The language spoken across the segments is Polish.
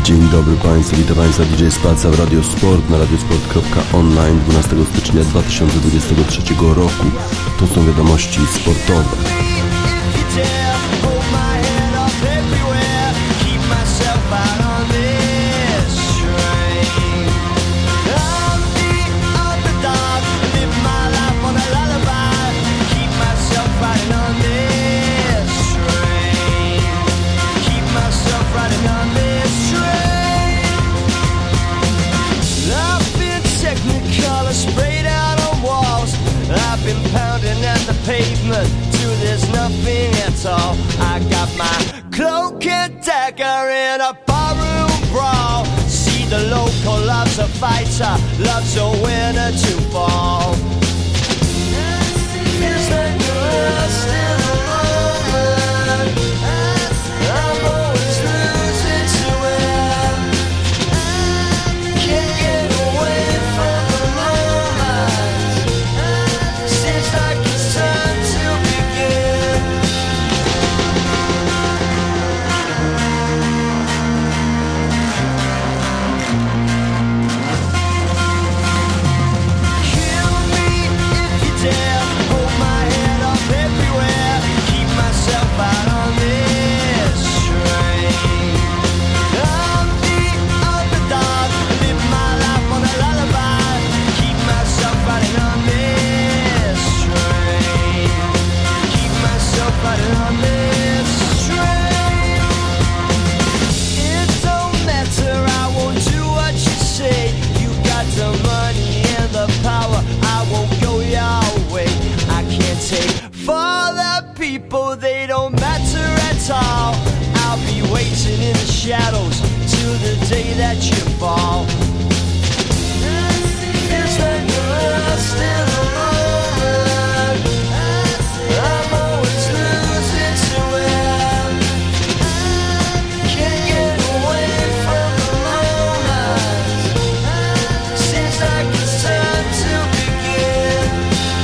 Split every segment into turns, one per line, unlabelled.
Dzień dobry Państwu, witam Państwa DJ Spaca w Radio Sport na radiosport.online 12 stycznia 2023 roku. To są wiadomości sportowe.
Pavement till there's nothing at all. I got my cloak and dagger in a barroom brawl. See the local loves a fighter, loves a winner to fall. Feels like you're lost in the moment. I'm always losing to it. Can't get away from the moment. Seems like it's time to begin. Kill me if you dare. Hold my head up everywhere. Keep myself out on this train. I'm the underdog. Live my life on a lullaby. Keep myself riding on this train. Keep myself riding on this train. It don't matter, I won't do what you say. You got the money and the power, I won't go your way. I can't take for the people, they don't matter at all. I'll be waiting in the shadows till the day that you fall. Feels like you're lost in the moment. I'm always losing to it. Can't get away from the moment. Seems like it's time to begin.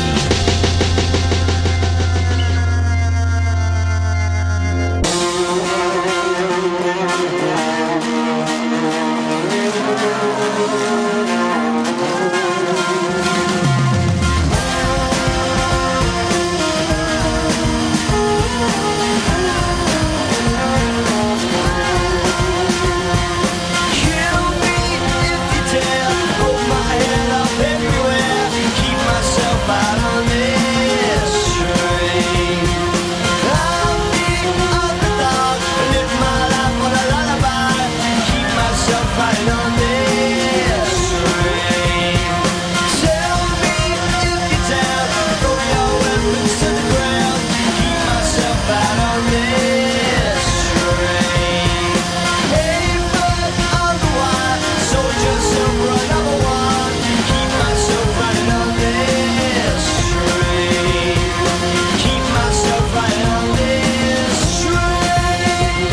Kill me if you dare. Hold my head up everywhere. Keep myself out on this train. I'm the underdog. Live my life on a lullaby. Keep myself riding on this train. Tell me if you dare. Throw your weapons to the ground. Keep myself out on this train. Hey, but otherwise, soldier silver another one. Keep myself riding on this train. Keep myself riding on this train.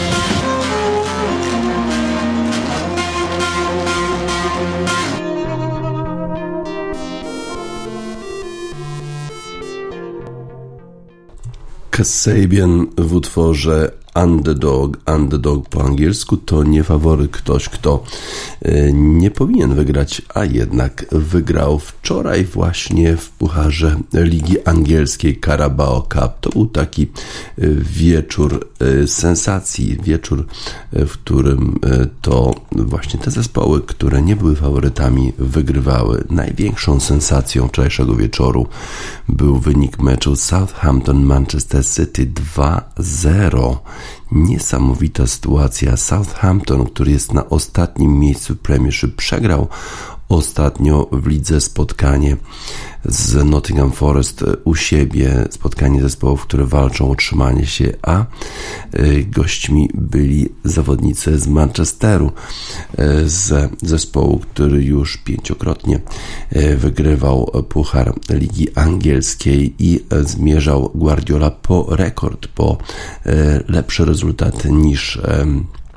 Kasabian w utworze Underdog po angielsku to nie faworyt, ktoś kto nie powinien wygrać, a jednak wygrał wczoraj właśnie w pucharze Ligi Angielskiej Carabao Cup. To był taki wieczór sensacji, wieczór, w którym to właśnie te zespoły, które nie były faworytami, wygrywały. Największą sensacją wczorajszego wieczoru był wynik meczu Southampton-Manchester City 2-0. Niesamowita sytuacja. Southampton, który jest na ostatnim miejscu w Premiership, przegrał ostatnio w lidze spotkanie z Nottingham Forest u siebie, spotkanie zespołów, które walczą o utrzymanie się, a gośćmi byli zawodnicy z Manchesteru, z zespołu, który już 5-krotnie wygrywał Puchar Ligi Angielskiej i zmierzał Guardiola po rekord, po lepszy rezultat niż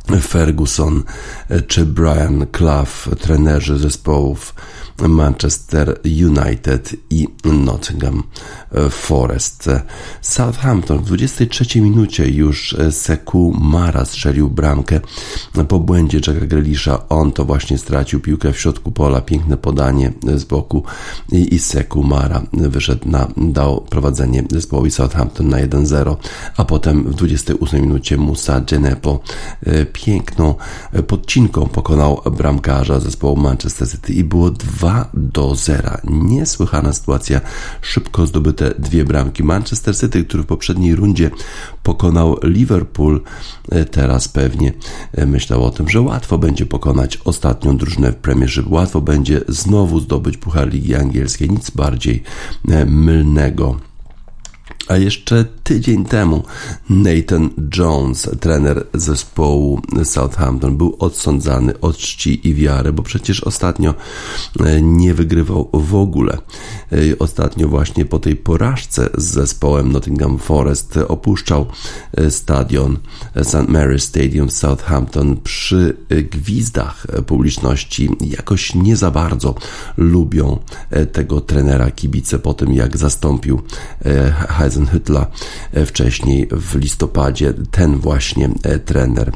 Ferguson czy Brian Clough, trenerzy zespołów Manchester United i Nottingham Forest. Southampton w 23 minucie już Sekou Mara strzelił bramkę po błędzie Jacka Grealisha. On to właśnie stracił piłkę w środku pola, piękne podanie z boku i Sekou Mara wyszedł dał prowadzenie zespołowi Southampton na 1-0, a potem w 28 minucie Moussa Djenepo piękną podcinką pokonał bramkarza zespołu Manchester City i było 2-0. Niesłychana sytuacja, szybko zdobyte 2 bramki. Manchester City, który w poprzedniej rundzie pokonał Liverpool, teraz pewnie myślał o tym, że łatwo będzie pokonać ostatnią drużynę w Premiership, łatwo będzie znowu zdobyć Puchar Ligi Angielskiej, nic bardziej mylnego. A jeszcze tydzień temu Nathan Jones, trener zespołu Southampton, był odsądzany od czci i wiary, bo przecież ostatnio nie wygrywał w ogóle. Ostatnio właśnie po tej porażce z zespołem Nottingham Forest opuszczał stadion St. Mary's Stadium w Southampton przy gwizdach publiczności. Jakoś nie za bardzo lubią tego trenera kibice po tym, jak zastąpił Hasenhüttla wcześniej w listopadzie ten właśnie trener.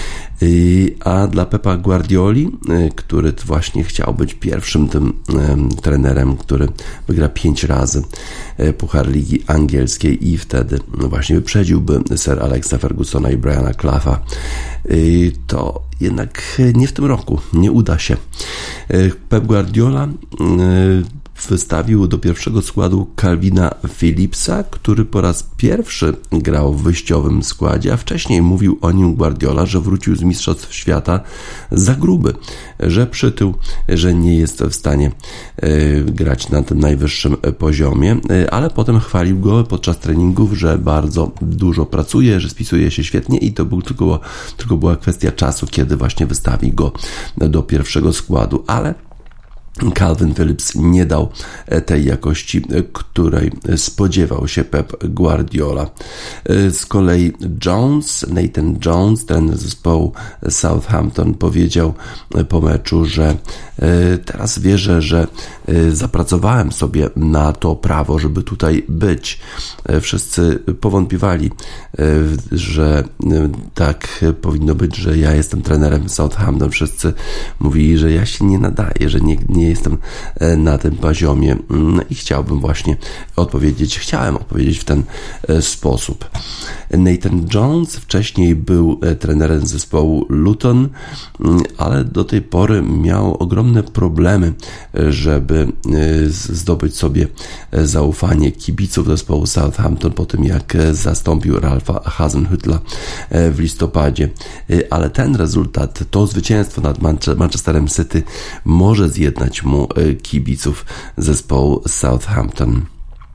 A dla Pepa Guardioli, który właśnie chciał być pierwszym tym trenerem, który wygra 5 razy Puchar Ligi Angielskiej i wtedy właśnie wyprzedziłby Sir Alexa Fergusona i Briana Clougha, to jednak nie w tym roku, nie uda się. Pep Guardiola wystawił do pierwszego składu Calvina Phillipsa, który po raz pierwszy grał w wyjściowym składzie, a wcześniej mówił o nim Guardiola, że wrócił z Mistrzostw Świata za gruby, że przytył, że nie jest w stanie grać na tym najwyższym poziomie, ale potem chwalił go podczas treningów, że bardzo dużo pracuje, że spisuje się świetnie i to tylko była kwestia czasu, kiedy właśnie wystawi go do pierwszego składu, ale Calvin Phillips nie dał tej jakości, której spodziewał się Pep Guardiola. Z kolei Nathan Jones, trener zespołu Southampton, powiedział po meczu, że teraz wierzę, że zapracowałem sobie na to prawo, żeby tutaj być. Wszyscy powątpiewali, że tak powinno być, że ja jestem trenerem Southampton. Wszyscy mówili, że ja się nie nadaję, że nie jestem na tym poziomie i chciałem odpowiedzieć w ten sposób. Nathan Jones wcześniej był trenerem zespołu Luton, ale do tej pory miał ogromne problemy, żeby zdobyć sobie zaufanie kibiców zespołu Southampton po tym, jak zastąpił Ralpha Hasenhüttla w listopadzie. Ale ten rezultat, to zwycięstwo nad Manchesterem City może zjednać mu kibiców zespołu Southampton.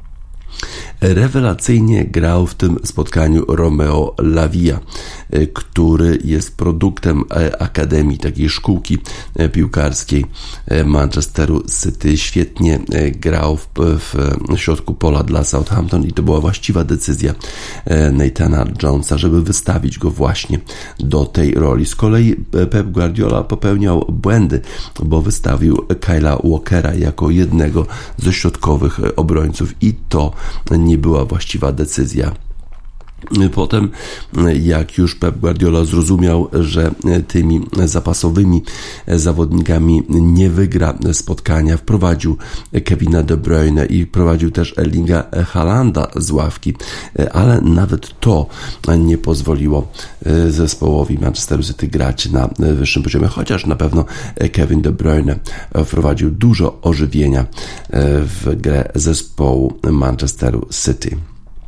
Rewelacyjnie grał w tym spotkaniu Romeo Lavia, który jest produktem akademii, takiej szkółki piłkarskiej Manchesteru City. Świetnie grał w środku pola dla Southampton i to była właściwa decyzja Nathana Jonesa, żeby wystawić go właśnie do tej roli. Z kolei Pep Guardiola popełniał błędy, bo wystawił Kyla Walkera jako jednego ze środkowych obrońców i to nie była właściwa decyzja. Potem, jak już Pep Guardiola zrozumiał, że tymi zapasowymi zawodnikami nie wygra spotkania, wprowadził Kevina De Bruyne i wprowadził też Erlinga Haalanda z ławki, ale nawet to nie pozwoliło zespołowi Manchesteru City grać na wyższym poziomie, chociaż na pewno Kevin De Bruyne wprowadził dużo ożywienia w grę zespołu Manchesteru City.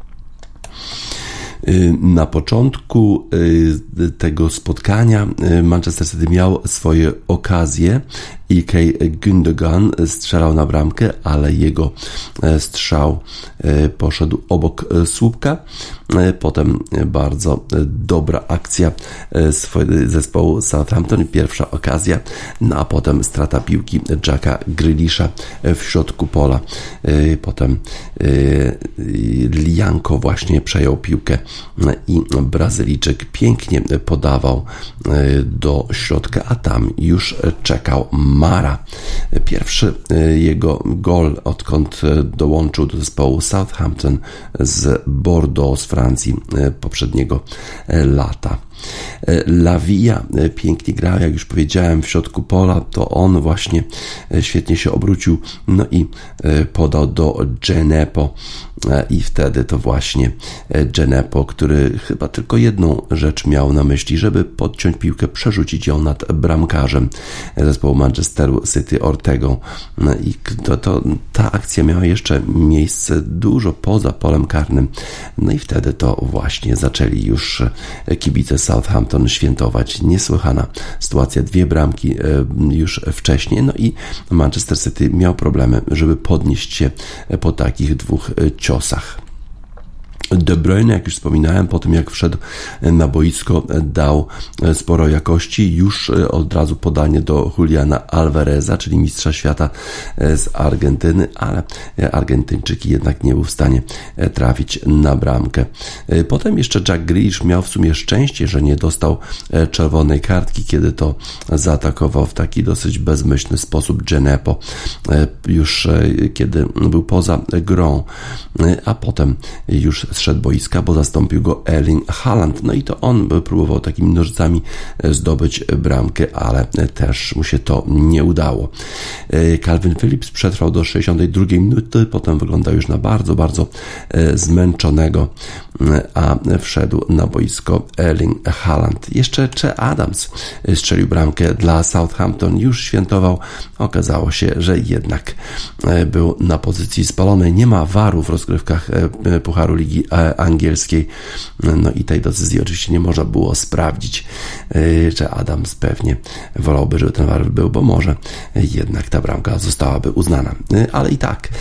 Na początku tego spotkania Manchester City miał swoje okazje Ilkay Gündogan strzelał na bramkę, ale jego strzał poszedł obok słupka. Potem bardzo dobra akcja zespołu Southampton, pierwsza okazja, no a potem strata piłki Jacka Grealisha w środku pola. Potem Lianco właśnie przejął piłkę i Brazylijczyk pięknie podawał do środka, a tam już czekał Mara. Pierwszy jego gol, odkąd dołączył do zespołu Southampton z Bordeaux z Francji poprzedniego lata. Lavia pięknie grał, jak już powiedziałem, w środku pola, to on właśnie świetnie się obrócił, no i podał do Djenepo i wtedy to właśnie Djenepo, który chyba tylko jedną rzecz miał na myśli, żeby podciąć piłkę, przerzucić ją nad bramkarzem zespołu Manchesteru City Ortegą. No i ta akcja miała jeszcze miejsce dużo poza polem karnym, no i wtedy to właśnie zaczęli już kibice Southampton świętować. Niesłychana sytuacja, 2 bramki już wcześniej, no i Manchester City miał problemy, żeby podnieść się po takich 2 ciosach. De Bruyne, jak już wspominałem, po tym jak wszedł na boisko, dał sporo jakości, już od razu podanie do Juliana Alvareza, czyli mistrza świata z Argentyny, ale Argentyńczyk jednak nie był w stanie trafić na bramkę. Potem jeszcze Jack Grealish miał w sumie szczęście, że nie dostał czerwonej kartki, kiedy to zaatakował w taki dosyć bezmyślny sposób Djenepo, już kiedy był poza grą, a potem już zszedł boiska, bo zastąpił go Erling Haaland. No i to on próbował takimi nożycami zdobyć bramkę, ale też mu się to nie udało. Calvin Phillips przetrwał do 62 minuty, potem wyglądał już na bardzo, bardzo zmęczonego, a wszedł na boisko Erling Haaland. Jeszcze Che Adams strzelił bramkę dla Southampton, już świętował. Okazało się, że jednak był na pozycji spalonej. Nie ma VAR-u w rozgrywkach Pucharu Ligi Angielskiej, no i tej decyzji oczywiście nie można było sprawdzić. Che Adams pewnie wolałby, żeby ten VAR był, bo może jednak ta bramka zostałaby uznana. Ale i tak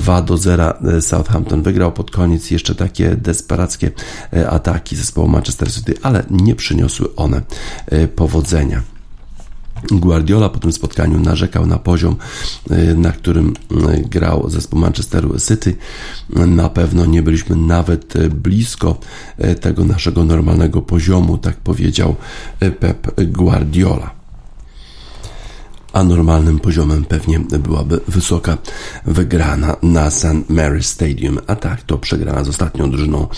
2-0 Southampton wygrał pod koniec. Jeszcze takie desperackie ataki zespołu Manchester City, ale nie przyniosły one powodzenia. Guardiola po tym spotkaniu narzekał na poziom, na którym grał zespół Manchesteru City. Na pewno nie byliśmy nawet blisko tego naszego normalnego poziomu, tak powiedział Pep Guardiola. A normalnym poziomem pewnie byłaby wysoka wygrana na St. Mary's Stadium. A tak, to przegrana z ostatnią drużyną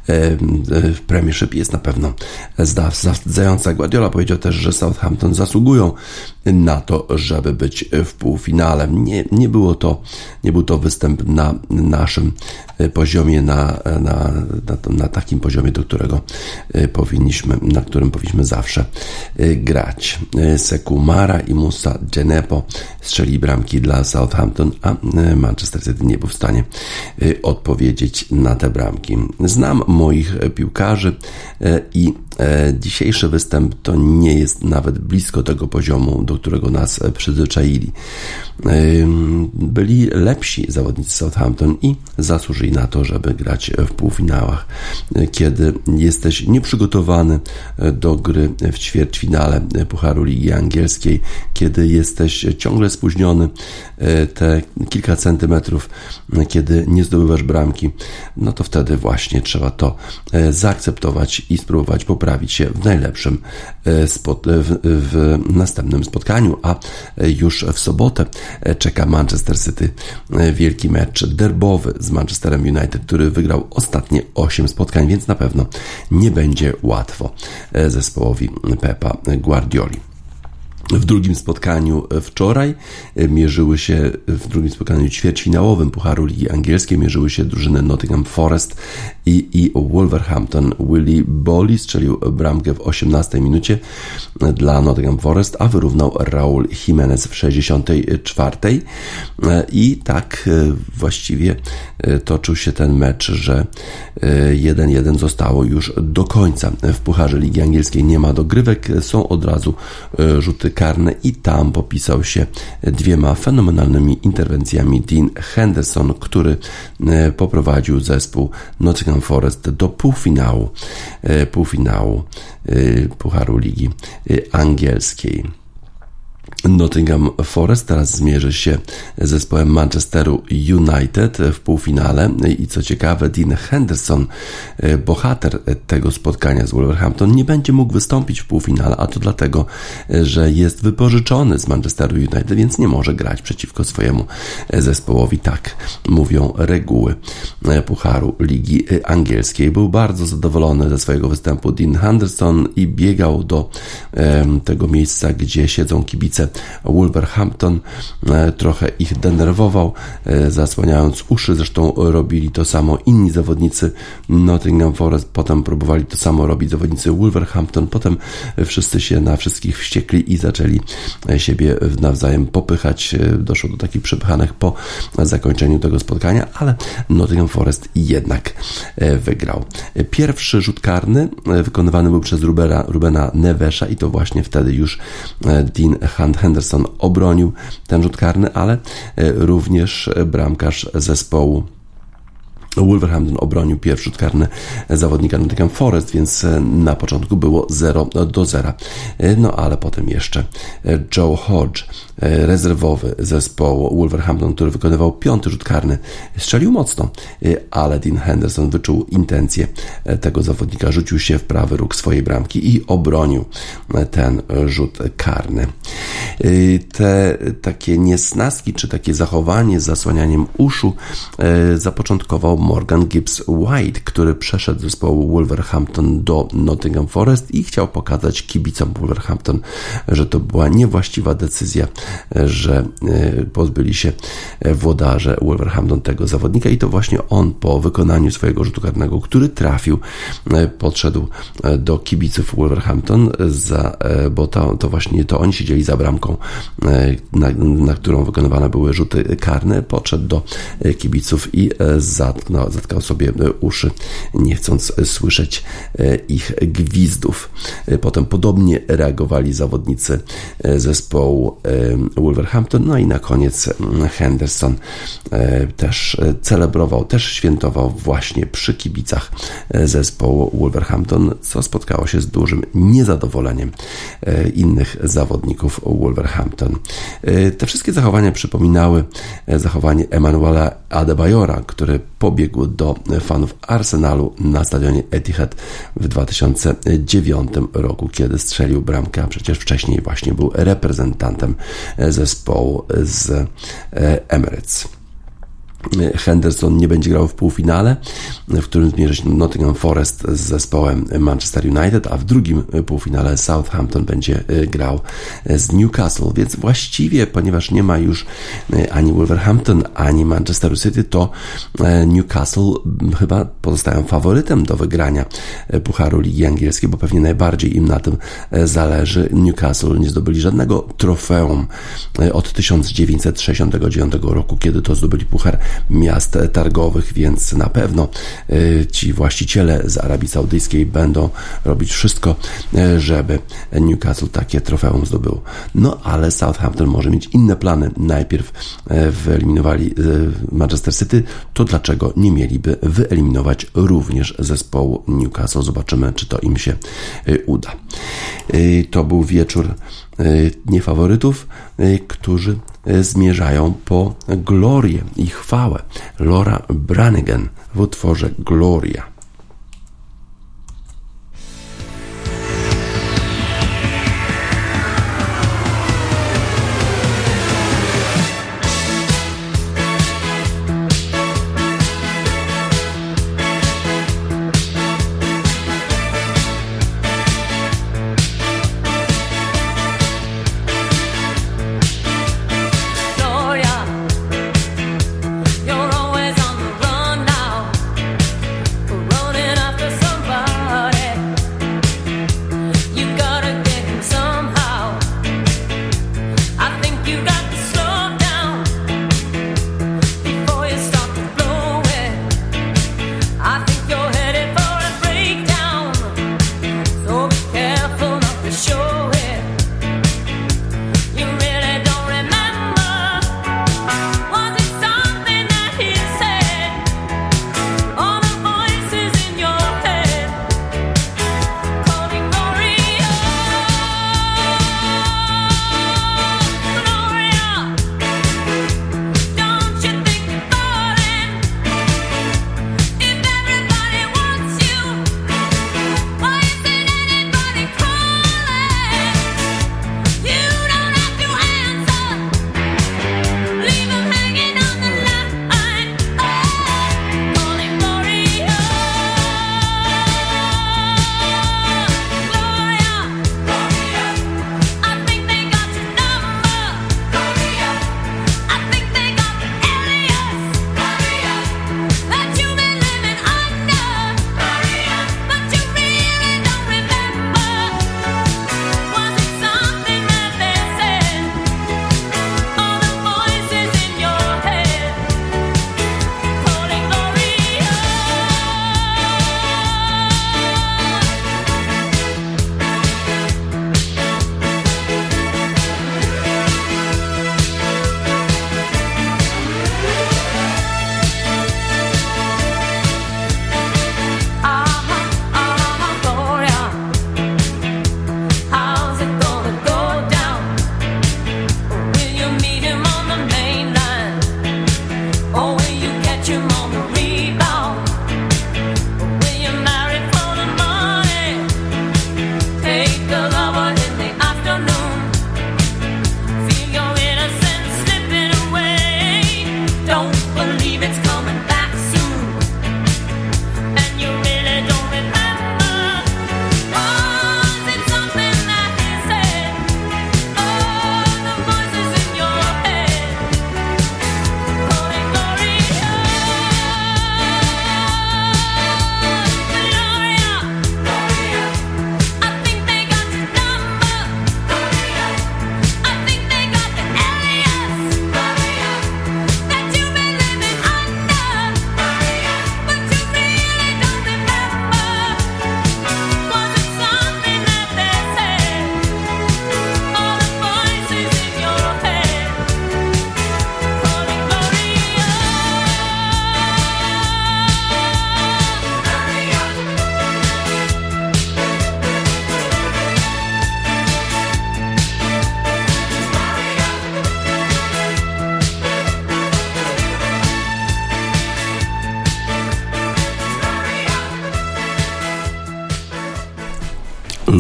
w Premiership jest na pewno zawstydzająca. Guardiola powiedział też, że Southampton zasługują na to, żeby być w półfinale. Nie był to występ na naszym poziomie, na takim poziomie, na którym powinniśmy zawsze grać. Sekou Mara i Moussa Djenepo strzeli bramki dla Southampton, a Manchester City nie był w stanie odpowiedzieć na te bramki. Znam moich piłkarzy i dzisiejszy występ to nie jest nawet blisko tego poziomu, do którego nas przyzwyczaili. Byli lepsi zawodnicy Southampton i zasłużyli na to, żeby grać w półfinałach. Kiedy jesteś nieprzygotowany do gry w ćwierćfinale Pucharu Ligi Angielskiej, kiedy jesteś ciągle spóźniony te kilka centymetrów, kiedy nie zdobywasz bramki, no to wtedy właśnie trzeba to zaakceptować i spróbować poprawić się w najlepszym w następnym spotkaniu, a już w sobotę czeka Manchester City wielki mecz derbowy z Manchesterem United, który wygrał ostatnie 8 spotkań, więc na pewno nie będzie łatwo zespołowi Pepa Guardioli. W drugim spotkaniu wczoraj w drugim spotkaniu ćwierćfinałowym Pucharu Ligi Angielskiej mierzyły się drużyny Nottingham Forest i Wolverhampton. Willy Bolly strzelił bramkę w 18 minucie dla Nottingham Forest, a wyrównał Raul Jimenez w 64. I tak właściwie toczył się ten mecz, że 1-1 zostało już do końca. W Pucharze Ligi Angielskiej nie ma dogrywek, są od razu rzuty karne karny i tam popisał się 2 fenomenalnymi interwencjami Dean Henderson, który poprowadził zespół Nottingham Forest do półfinału Pucharu Ligi Angielskiej. Nottingham Forest teraz zmierzy się z zespołem Manchesteru United w półfinale i co ciekawe, Dean Henderson, bohater tego spotkania z Wolverhampton, nie będzie mógł wystąpić w półfinale, a to dlatego, że jest wypożyczony z Manchesteru United, więc nie może grać przeciwko swojemu zespołowi. Tak mówią reguły Pucharu Ligi Angielskiej. Był bardzo zadowolony ze swojego występu Dean Henderson i biegał do tego miejsca, gdzie siedzą kibice Wolverhampton, trochę ich denerwował, zasłaniając uszy. Zresztą robili to samo inni zawodnicy Nottingham Forest, potem próbowali to samo robić zawodnicy Wolverhampton, potem wszyscy się na wszystkich wściekli i zaczęli siebie nawzajem popychać. Doszło do takich przepychanek po zakończeniu tego spotkania, ale Nottingham Forest jednak wygrał. Pierwszy rzut karny wykonywany był przez Rubena Nevesza i to właśnie wtedy już Dean Henderson obronił ten rzut karny, ale również bramkarz zespołu Wolverhampton obronił pierwszy rzut karny zawodnika Nottingham Forest, więc na początku było 0-0. No ale potem jeszcze Joe Hodge, rezerwowy zespołu Wolverhampton, który wykonywał 5. rzut karny, strzelił mocno, ale Dean Henderson wyczuł intencję tego zawodnika, rzucił się w prawy róg swojej bramki i obronił ten rzut karny. Te takie niesnaski, czy takie zachowanie z zasłanianiem uszu zapoczątkował Morgan Gibbs-White, który przeszedł z zespołu Wolverhampton do Nottingham Forest i chciał pokazać kibicom Wolverhampton, że to była niewłaściwa decyzja, że pozbyli się włodarze Wolverhampton tego zawodnika i to właśnie on po wykonaniu swojego rzutu karnego, który trafił, podszedł do kibiców Wolverhampton, bo to właśnie to oni siedzieli za bramką, na którą wykonywane były rzuty karne, podszedł do kibiców i zatkał sobie uszy, nie chcąc słyszeć ich gwizdów. Potem podobnie reagowali zawodnicy zespołu Wolverhampton, no i na koniec Henderson też celebrował, też świętował właśnie przy kibicach zespołu Wolverhampton, co spotkało się z dużym niezadowoleniem innych zawodników Wolverhampton. Te wszystkie zachowania przypominały zachowanie Emmanuela Adebayora, który pobiegł do fanów Arsenalu na stadionie Etihad w 2009 roku, kiedy strzelił bramkę, a przecież wcześniej właśnie był reprezentantem zespołu z Emirates. Henderson nie będzie grał w półfinale, w którym zmierzy się Nottingham Forest z zespołem Manchester United, a w drugim półfinale Southampton będzie grał z Newcastle, więc właściwie, ponieważ nie ma już ani Wolverhampton, ani Manchesteru City, to Newcastle chyba pozostają faworytem do wygrania Pucharu Ligi Angielskiej, bo pewnie najbardziej im na tym zależy. Newcastle nie zdobyli żadnego trofeum od 1969 roku, kiedy to zdobyli Puchar Miast Targowych, więc na pewno ci właściciele z Arabii Saudyjskiej będą robić wszystko, żeby Newcastle takie trofeum zdobył. No ale Southampton może mieć inne plany. Najpierw wyeliminowali Manchester City, to dlaczego nie mieliby wyeliminować również zespołu Newcastle? Zobaczymy, czy to im się uda. To był wieczór niefaworytów, którzy zmierzają po glorię i chwałę. Laura Branigan w utworze Gloria.
You're always on the run now.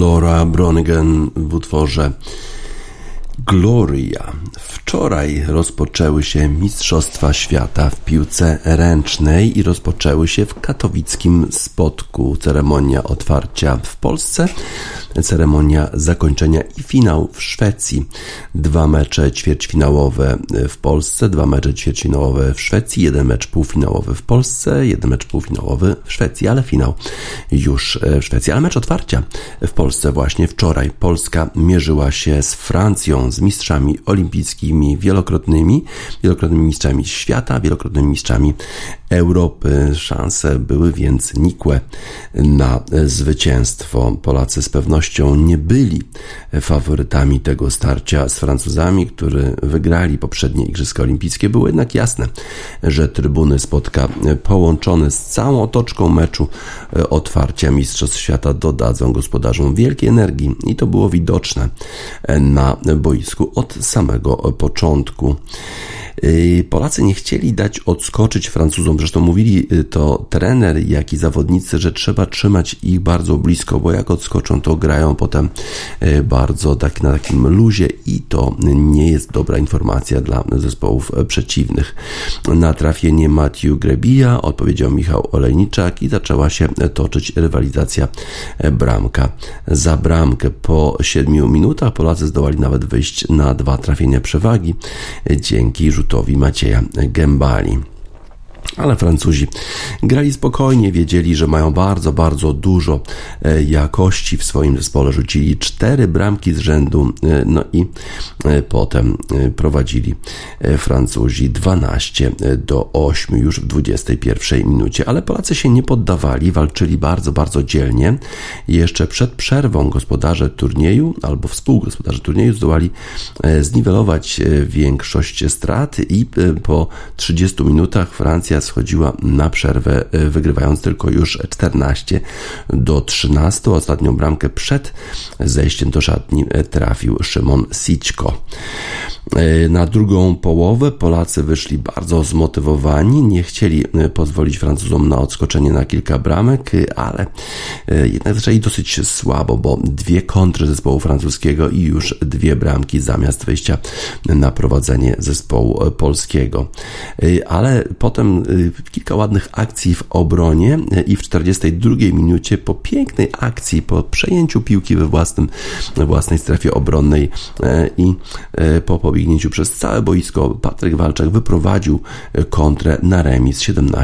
Laura Branigan w utworze Gloria. Wczoraj rozpoczęły się Mistrzostwa Świata w piłce ręcznej i rozpoczęły się w katowickim Spodku. Ceremonia otwarcia w Polsce, ceremonia zakończenia i finał w Szwecji. 2 mecze ćwierćfinałowe w Polsce, 2 mecze ćwierćfinałowe w Szwecji, 1 mecz półfinałowy w Polsce, 1 mecz półfinałowy w Szwecji, ale finał już w Szwecji. Ale mecz otwarcia w Polsce właśnie wczoraj. Polska mierzyła się z Francją, z mistrzami olimpijskimi, wielokrotnymi mistrzami świata, wielokrotnymi mistrzami Europy. Szanse były więc nikłe na zwycięstwo. Polacy z pewnością nie byli faworytami tego starcia z Francuzami, którzy wygrali poprzednie Igrzyska Olimpijskie. Było jednak jasne, że trybuny Spodka połączone z całą otoczką meczu otwarcia Mistrzostw Świata dodadzą gospodarzom wielkiej energii i to było widoczne na boisku od samego początku. Polacy nie chcieli dać odskoczyć Francuzom, zresztą mówili to trener, jak i zawodnicy, że trzeba trzymać ich bardzo blisko, bo jak odskoczą, to grają potem bardzo na takim luzie i to nie jest dobra informacja dla zespołów przeciwnych. Na trafienie Mathieu Grebija odpowiedział Michał Olejniczak i zaczęła się toczyć rywalizacja bramka za bramkę. Po 7 minutach Polacy zdołali nawet wyjść na 2 trafienia przewagi dzięki rzutowi Macieja Gębali. Ale Francuzi grali spokojnie, wiedzieli, że mają bardzo, bardzo dużo jakości w swoim zespole. Rzucili 4 bramki z rzędu, no i potem prowadzili Francuzi 12-8 już w 21 minucie. Ale Polacy się nie poddawali, walczyli bardzo, bardzo dzielnie. Jeszcze przed przerwą gospodarze turnieju albo współgospodarze turnieju zdołali zniwelować większość strat i po 30 minutach Francja schodziła na przerwę, wygrywając tylko już 14-13. Ostatnią bramkę przed zejściem do szatni trafił Szymon Sićko. Na drugą połowę Polacy wyszli bardzo zmotywowani, nie chcieli pozwolić Francuzom na odskoczenie na kilka bramek, ale jednak zaczęli dosyć słabo, bo 2 kontry zespołu francuskiego i już 2 bramki zamiast wyjścia na prowadzenie zespołu polskiego. Ale potem kilka ładnych akcji w obronie i w 42 minucie po pięknej akcji, po przejęciu piłki we własnej strefie obronnej i po pobiegnięciu przez całe boisko Patryk Walczak wyprowadził kontrę na remis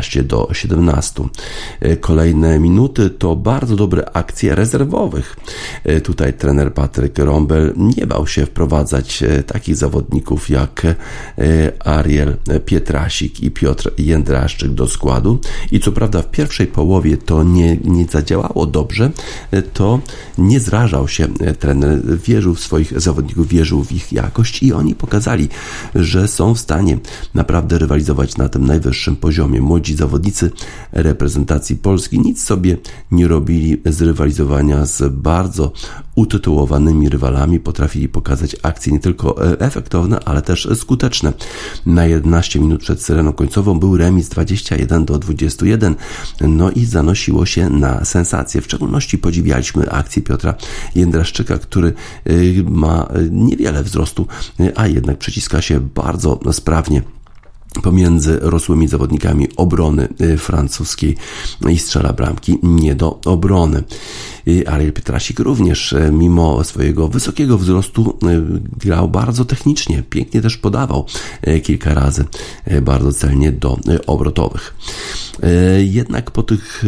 17-17. Kolejne minuty to bardzo dobre akcje rezerwowych. Tutaj trener Patryk Rąbel nie bał się wprowadzać takich zawodników jak Ariel Pietrasik i Piotr Jędraszczyk do składu i co prawda w pierwszej połowie to nie zadziałało dobrze, to nie zrażał się trener, wierzył w swoich zawodników, wierzył w ich jakość i oni pokazali, że są w stanie naprawdę rywalizować na tym najwyższym poziomie. Młodzi zawodnicy reprezentacji Polski nic sobie nie robili z rywalizowania z bardzo utytułowanymi rywalami, potrafili pokazać akcje nie tylko efektowne, ale też skuteczne. Na 11 minut przed syreną końcową był remis 21-21, no i zanosiło się na sensację. W szczególności podziwialiśmy akcję Piotra Jędraszczyka, który ma niewiele wzrostu, a jednak przyciska się bardzo sprawnie pomiędzy rosłymi zawodnikami obrony francuskiej i strzela bramki nie do obrony. Ariel Pietrasik również mimo swojego wysokiego wzrostu grał bardzo technicznie, pięknie też podawał kilka razy bardzo celnie do obrotowych. Jednak po tych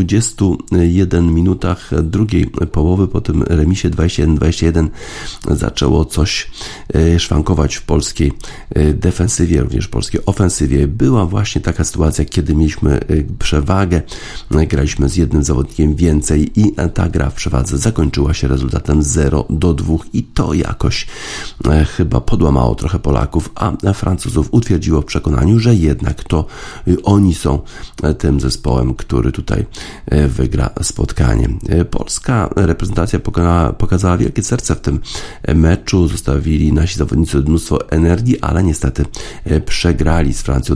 21 minutach drugiej połowy, po tym remisie 21-21 zaczęło coś szwankować w polskiej defensywie, również w polskiej ofensywie. Była właśnie taka sytuacja, kiedy mieliśmy przewagę, graliśmy z jednym zawodnikiem więcej i ta gra w przewadze zakończyła się rezultatem 0-2 i to jakoś chyba podłamało trochę Polaków, a Francuzów utwierdziło w przekonaniu, że jednak to oni są tym zespołem, który tutaj wygra spotkanie. Polska reprezentacja pokazała wielkie serce w tym meczu, zostawili nasi zawodnicy mnóstwo energii, ale niestety przegrali z Francją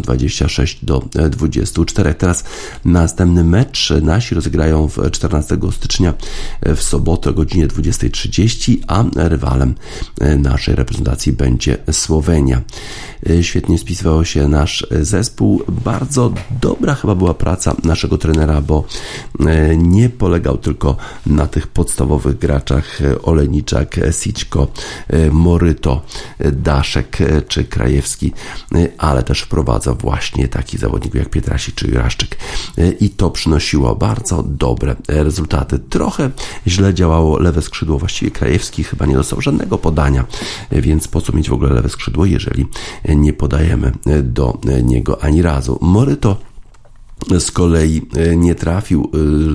26-24. Teraz następny mecz nasi rozegrają 14 stycznia w sobotę o godzinie 20:30, a rywalem naszej reprezentacji będzie Słowenia. Świetnie spisywał się nasz zespół. Bardzo dobra chyba była praca naszego trenera, bo nie polegał tylko na tych podstawowych graczach Olejniczak, Sićko, Moryto, Daszek czy Krajewski, ale też wprowadza właśnie takich zawodników jak Pietrasik czy Juraszczyk i to przynosiło bardzo dobre rezultaty. Trochę źle działało lewe skrzydło, właściwie Krajewski chyba nie dostał żadnego podania, więc po co mieć w ogóle lewe skrzydło, jeżeli nie podajemy do niego ani razu. Moryto z kolei nie trafił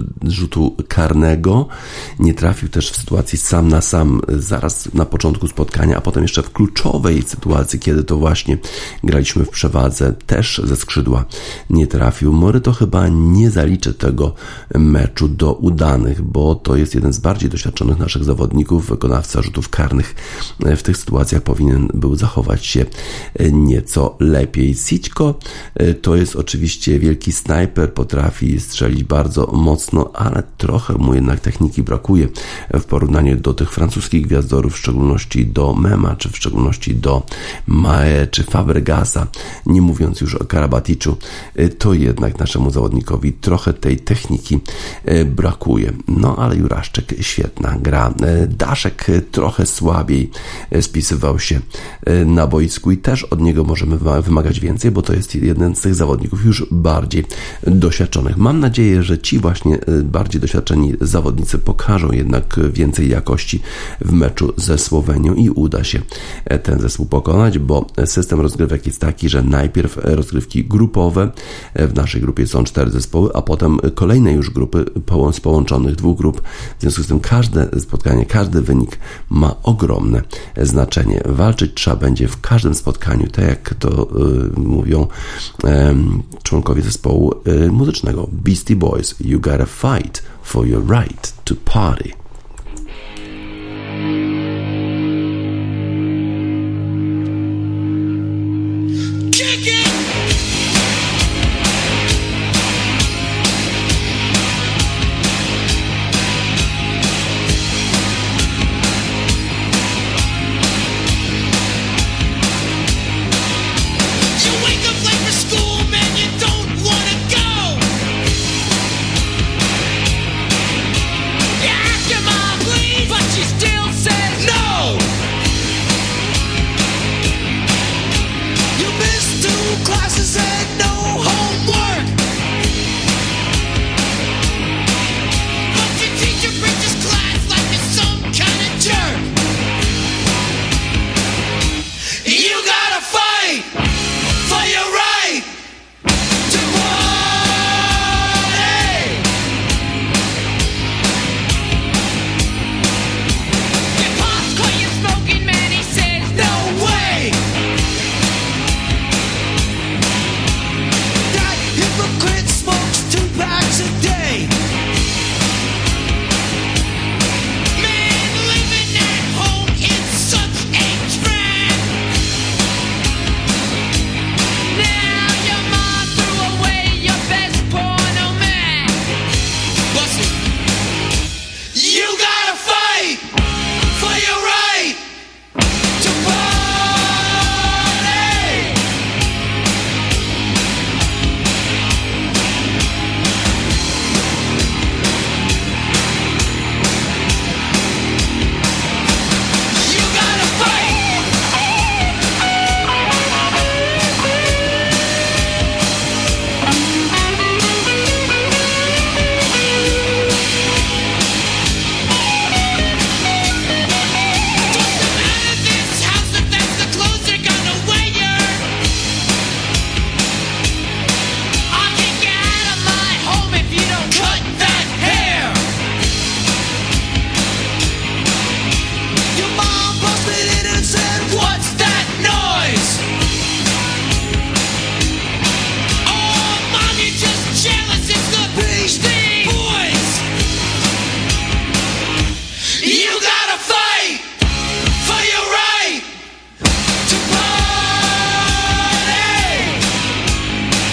rzutu karnego, nie trafił też w sytuacji sam na sam zaraz na początku spotkania, a potem jeszcze w kluczowej sytuacji, kiedy to właśnie graliśmy w przewadze, też ze skrzydła nie trafił. Moryto chyba nie zaliczy tego meczu do udanych, bo to jest jeden z bardziej doświadczonych naszych zawodników, wykonawca rzutów karnych. W tych sytuacjach powinien był zachować się nieco lepiej. Sićko to jest oczywiście wielki snajper, potrafi strzelić bardzo mocno, ale trochę mu jednak techniki brakuje w porównaniu do tych francuskich gwiazdorów, w szczególności do Mema, czy w szczególności do Mae, czy Fabregasa, nie mówiąc już o Karabaticzu, to jednak naszemu zawodnikowi trochę tej techniki brakuje. No ale Juraszczyk świetna gra. Daszek trochę słabiej spisywał się na boisku i też od niego możemy wymagać więcej, bo to jest jeden z tych zawodników już bardziej doświadczonych. Mam nadzieję, że ci właśnie bardziej doświadczeni zawodnicy pokażą jednak więcej jakości w meczu ze Słowenią i uda się ten zespół pokonać, bo system rozgrywek jest taki, że najpierw rozgrywki grupowe, w naszej grupie są 4 zespoły, a potem kolejne już grupy z połączonych 2 grup. W związku z tym każde spotkanie, każdy wynik ma ogromne znaczenie. Walczyć trzeba będzie w każdym spotkaniu, tak jak to mówią członkowie zespołu muzycznego Beastie Boys. You gotta fight for your right to party.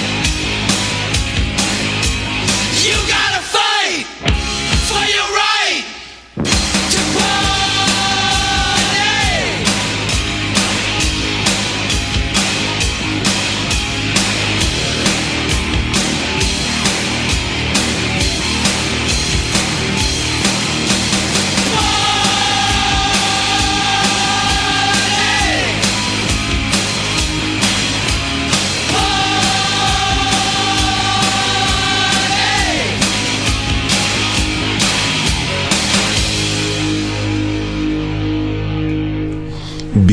You gotta fight for your right.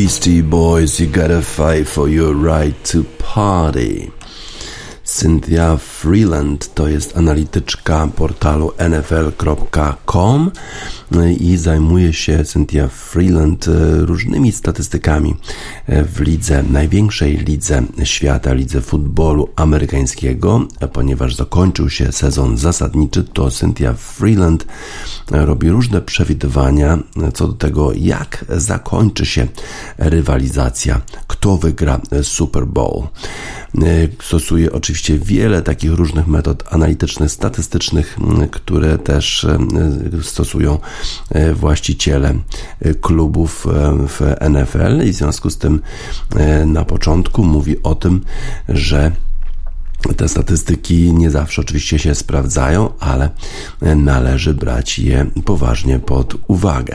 Beastie Boys, you gotta fight for your right to party. Cynthia Freeland to jest analityczka portalu NFL.com i zajmuje się Cynthia Freeland różnymi statystykami w lidze, największej lidze świata, lidze futbolu amerykańskiego. Ponieważ zakończył się sezon zasadniczy, to Cynthia Freeland robi różne przewidywania co do tego, jak zakończy się rywalizacja, kto wygra Super Bowl. Stosuje oczywiście wiele takich różnych metod analitycznych, statystycznych, które też stosują właściciele klubów w NFL i w związku z tym na początku mówi o tym, że te statystyki nie zawsze oczywiście się sprawdzają, ale należy brać je poważnie pod uwagę.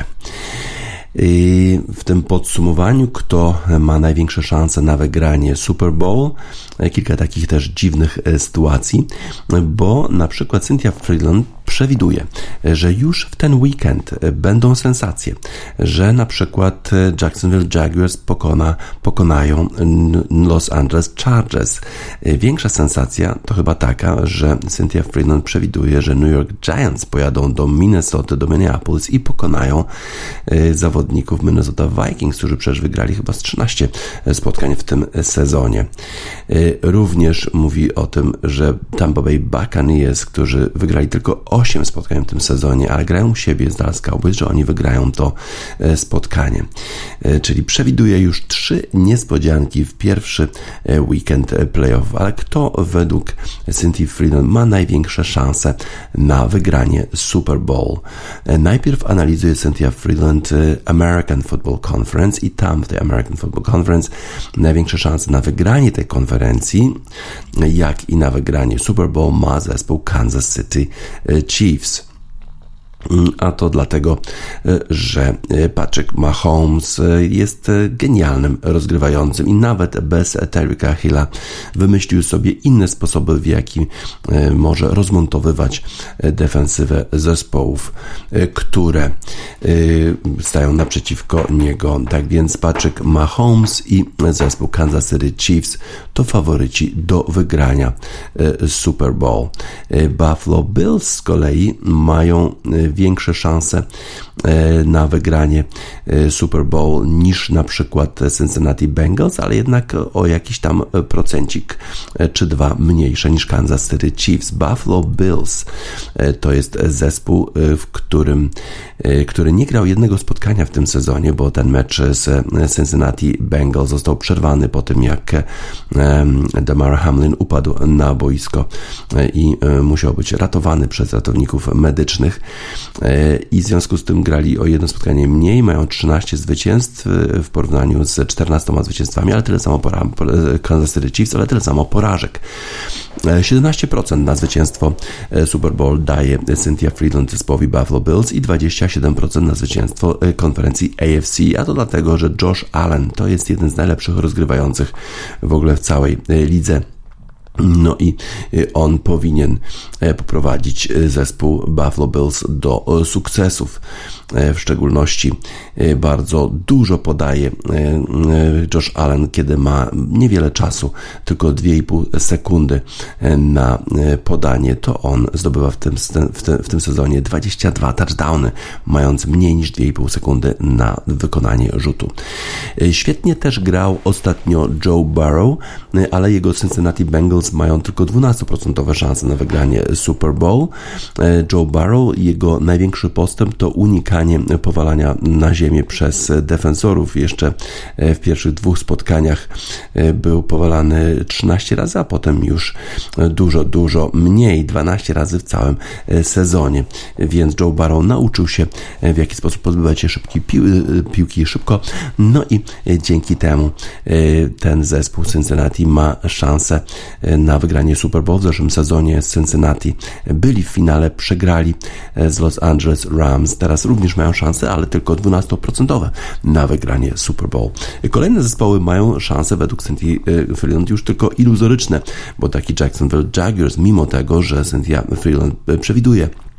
I w tym podsumowaniu, kto ma największe szanse na wygranie Super Bowl, kilka takich też dziwnych sytuacji, bo na przykład Cynthia Freeland przewiduje, że już w ten weekend będą sensacje, że na przykład Jacksonville Jaguars pokonają Los Angeles Chargers. Większa sensacja to chyba taka, że Cynthia Freeland przewiduje, że New York Giants pojadą do Minnesota, do Minneapolis i pokonają zawodników Minnesota Vikings, którzy przecież wygrali chyba z 13 spotkań w tym sezonie. Również mówi o tym, że Tampa Bay Buccaneers, którzy wygrali tylko 8 spotkań w tym sezonie, ale grają u siebie z Dallas Cowboys, że oni wygrają to spotkanie. Czyli przewiduje już 3 niespodzianki w pierwszy weekend playoff. Ale kto według Cynthia Freeland ma największe szanse na wygranie Super Bowl? Najpierw analizuje Cynthia Freeland American Football Conference i tam w tej American Football Conference największe szanse na wygranie tej konferencji, jak i na wygranie Super Bowl ma zespół Kansas City Chiefs. A to dlatego, że Patrick Mahomes jest genialnym rozgrywającym i nawet bez Tyreeka Hilla wymyślił sobie inne sposoby, w jaki może rozmontowywać defensywę zespołów, które stają naprzeciwko niego. Tak więc Patrick Mahomes i zespół Kansas City Chiefs to faworyci do wygrania Super Bowl. Buffalo Bills z kolei mają większe szanse na wygranie Super Bowl niż na przykład Cincinnati Bengals, ale jednak o jakiś tam procencik czy 2 mniejsze niż Kansas City Chiefs. Buffalo Bills to jest zespół, który nie grał jednego spotkania w tym sezonie, bo ten mecz z Cincinnati Bengals został przerwany po tym, jak Damar Hamlin upadł na boisko i musiał być ratowany przez ratowników medycznych i w związku z tym grali o jedno spotkanie mniej, mają 13 zwycięstw w porównaniu z 14 zwycięstwami, ale tyle samo Kansas City Chiefs, ale tyle samo porażek. 17% na zwycięstwo Super Bowl daje Cynthia Freeland zespołowi Buffalo Bills i 27% na zwycięstwo konferencji AFC, a to dlatego, że Josh Allen to jest jeden z najlepszych rozgrywających w ogóle w całej lidze. No i on powinien poprowadzić zespół Buffalo Bills do sukcesów. W szczególności bardzo dużo podaje Josh Allen, kiedy ma niewiele czasu, tylko 2,5 sekundy na podanie, to on zdobywa w tym sezonie 22 touchdowny, mając mniej niż 2,5 sekundy na wykonanie rzutu. Świetnie też grał ostatnio Joe Burrow, ale jego Cincinnati Bengals mają tylko 12% szanse na wygranie Super Bowl. Joe Burrow, jego największy postęp to unikanie powalania na ziemię przez defensorów. Jeszcze w pierwszych 2 spotkaniach był powalany 13 razy, a potem już dużo mniej, 12 razy w całym sezonie. Więc Joe Burrow nauczył się, w jaki sposób pozbywać się piłki szybko, no i dzięki temu ten zespół Cincinnati ma szansę na wygranie Super Bowl. W zeszłym sezonie z Cincinnati byli w finale, przegrali z Los Angeles Rams. Teraz również mają szansę, ale tylko 12% na wygranie Super Bowl. Kolejne zespoły mają szanse według Cynthia Freeland już tylko iluzoryczne, bo taki Jacksonville Jaguars, mimo tego, że Cynthia Freeland przewiduje,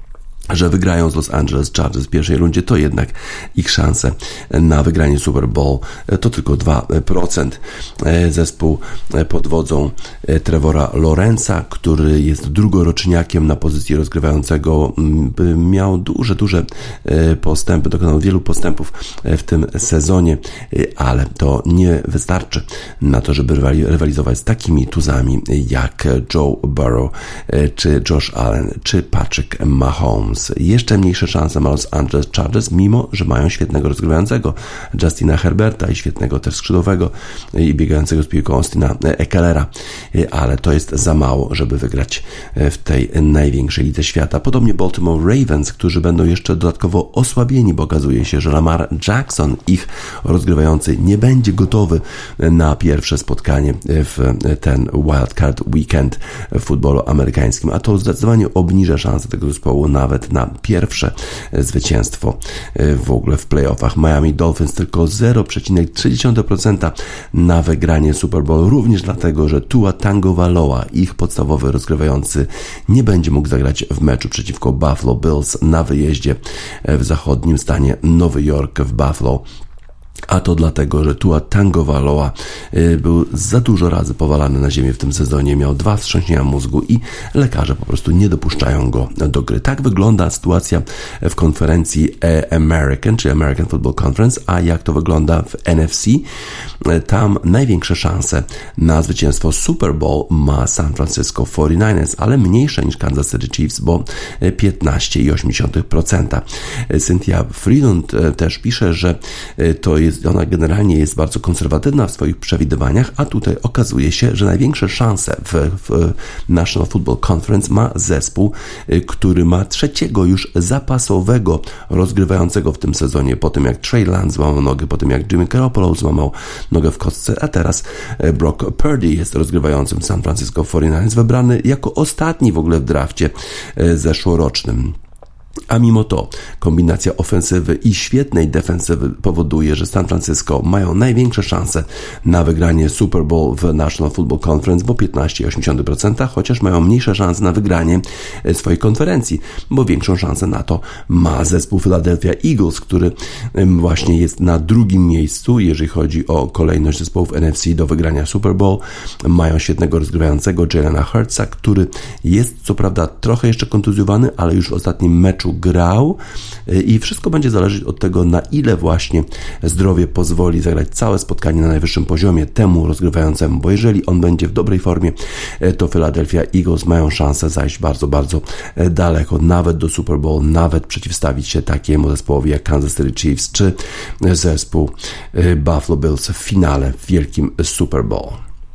że wygrają z Los Angeles Chargers w pierwszej rundzie, to jednak ich szanse na wygranie Super Bowl to tylko 2%. Zespół pod wodzą Trevora Lawrence'a, który jest drugoroczniakiem na pozycji rozgrywającego, miał duże postępy, dokonał wielu postępów w tym sezonie, ale to nie wystarczy na to, żeby rywalizować z takimi tuzami jak Joe Burrow, czy Josh Allen, czy Patrick Mahomes. Jeszcze mniejsze szanse ma Los Angeles Chargers, mimo że mają świetnego rozgrywającego Justina Herberta i świetnego też skrzydłowego i biegającego z piłką Austina Ekelera, ale to jest za mało, żeby wygrać w tej największej lidze świata. Podobnie Baltimore Ravens, którzy będą jeszcze dodatkowo osłabieni, bo okazuje się, że Lamar Jackson, ich rozgrywający, nie będzie gotowy na pierwsze spotkanie w ten wildcard weekend w futbolu amerykańskim, a to zdecydowanie obniża szanse tego zespołu nawet na pierwsze zwycięstwo w ogóle w playoffach. Miami Dolphins tylko 0,3% na wygranie Super Bowl, również dlatego, że Tua Tagovailoa, ich podstawowy rozgrywający, nie będzie mógł zagrać w meczu przeciwko Buffalo Bills na wyjeździe w zachodnim stanie Nowy Jork w Buffalo. A to dlatego, że Tua Tagovailoa był za dużo razy powalany na ziemię w tym sezonie, miał 2 wstrząśnienia mózgu i lekarze po prostu nie dopuszczają go do gry. Tak wygląda sytuacja w konferencji American, czy American Football Conference, a jak to wygląda w NFC? Tam największe szanse na zwycięstwo Super Bowl ma San Francisco 49ers, ale mniejsze niż Kansas City Chiefs, bo 15,8%. Cynthia Freeland też pisze, że ona generalnie jest bardzo konserwatywna w swoich przewidywaniach, a tutaj okazuje się, że największe szanse w National Football Conference ma zespół, który ma trzeciego już zapasowego rozgrywającego w tym sezonie, po tym jak Trey Lance złamał nogę, po tym jak Jimmy Garoppolo złamał nogę w kostce, a teraz Brock Purdy jest rozgrywającym San Francisco 49ers, wybrany jako ostatni w ogóle w drafcie zeszłorocznym. A mimo to kombinacja ofensywy i świetnej defensywy powoduje, że San Francisco mają największe szanse na wygranie Super Bowl w National Football Conference, bo 15,8%, chociaż mają mniejsze szanse na wygranie swojej konferencji, bo większą szansę na to ma zespół Philadelphia Eagles, który właśnie jest na drugim miejscu, jeżeli chodzi o kolejność zespołów NFC do wygrania Super Bowl. Mają świetnego rozgrywającego Jalena Hurtsa, który jest co prawda trochę jeszcze kontuzjowany, ale już w ostatnim meczu grał i wszystko będzie zależeć od tego, na ile właśnie zdrowie pozwoli zagrać całe spotkanie na najwyższym poziomie temu rozgrywającemu, bo jeżeli on będzie w dobrej formie, to Philadelphia Eagles mają szansę zajść bardzo daleko, nawet do Super Bowl, nawet przeciwstawić się takiemu zespołowi jak Kansas City Chiefs czy zespół Buffalo Bills w finale w wielkim Super Bowl.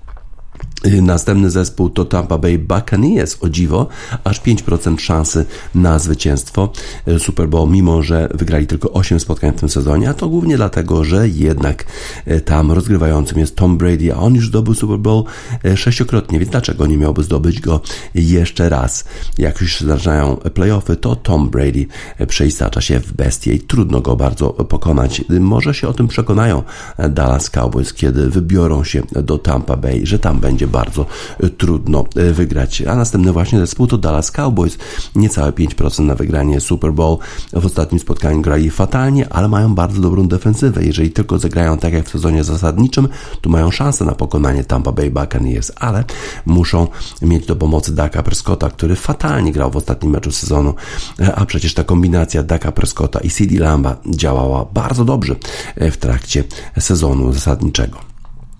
Następny zespół to Tampa Bay Buccaneers, o dziwo, aż 5% szansy na zwycięstwo Super Bowl, mimo że wygrali tylko 8 spotkań w tym sezonie, a to głównie dlatego, że jednak tam rozgrywającym jest Tom Brady, a on już zdobył Super Bowl 6-krotnie, więc dlaczego nie miałby zdobyć go jeszcze raz? Jak już zdarzają playoffy, to Tom Brady przeistacza się w bestię i trudno go bardzo pokonać. Może się o tym przekonają Dallas Cowboys, kiedy wybiorą się do Tampa Bay, że tam będzie bardzo trudno wygrać. A następny właśnie zespół to Dallas Cowboys. Niecałe 5% na wygranie Super Bowl. W ostatnim spotkaniu grali fatalnie, ale mają bardzo dobrą defensywę. Jeżeli tylko zagrają tak jak w sezonie zasadniczym, to mają szansę na pokonanie Tampa Bay Buccaneers, ale muszą mieć do pomocy Daka Prescotta, który fatalnie grał w ostatnim meczu sezonu, a przecież ta kombinacja Daka Prescotta i CeeDee Lamba działała bardzo dobrze w trakcie sezonu zasadniczego.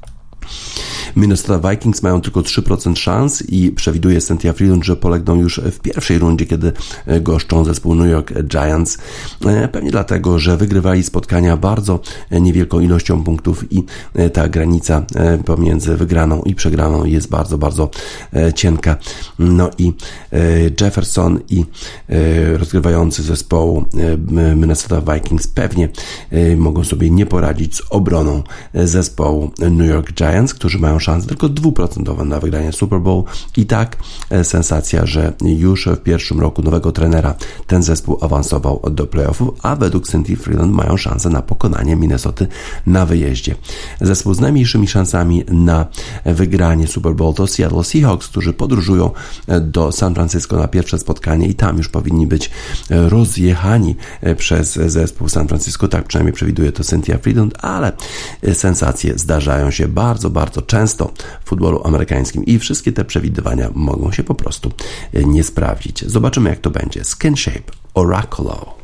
Minnesota Vikings mają tylko 3% szans i przewiduje Cynthia Freeland, że polegną już w pierwszej rundzie, kiedy goszczą zespół New York Giants. Pewnie dlatego, że wygrywali spotkania bardzo niewielką ilością punktów i ta granica pomiędzy wygraną i przegraną jest bardzo cienka. No i Jefferson i rozgrywający zespołu Minnesota Vikings pewnie mogą sobie nie poradzić z obroną zespołu New York Giants, którzy mają szansę tylko 2% na wygranie Super Bowl. I tak sensacja, że już w pierwszym roku nowego trenera ten zespół awansował do playoffów, a według Cindy Freeland mają szansę na pokonanie Minnesoty na wyjeździe. Zespół z najmniejszymi szansami na wygranie Super Bowl to Seattle Seahawks, którzy podróżują do San Francisco na pierwsze spotkanie i tam już powinni być rozjechani przez zespół San Francisco, tak przynajmniej przewiduje to Cynthia Freeland, ale sensacje zdarzają się bardzo, bardzo często w futbolu amerykańskim i wszystkie te przewidywania mogą się po prostu nie sprawdzić. Zobaczymy, jak to będzie. Skin Shape, Oraculo.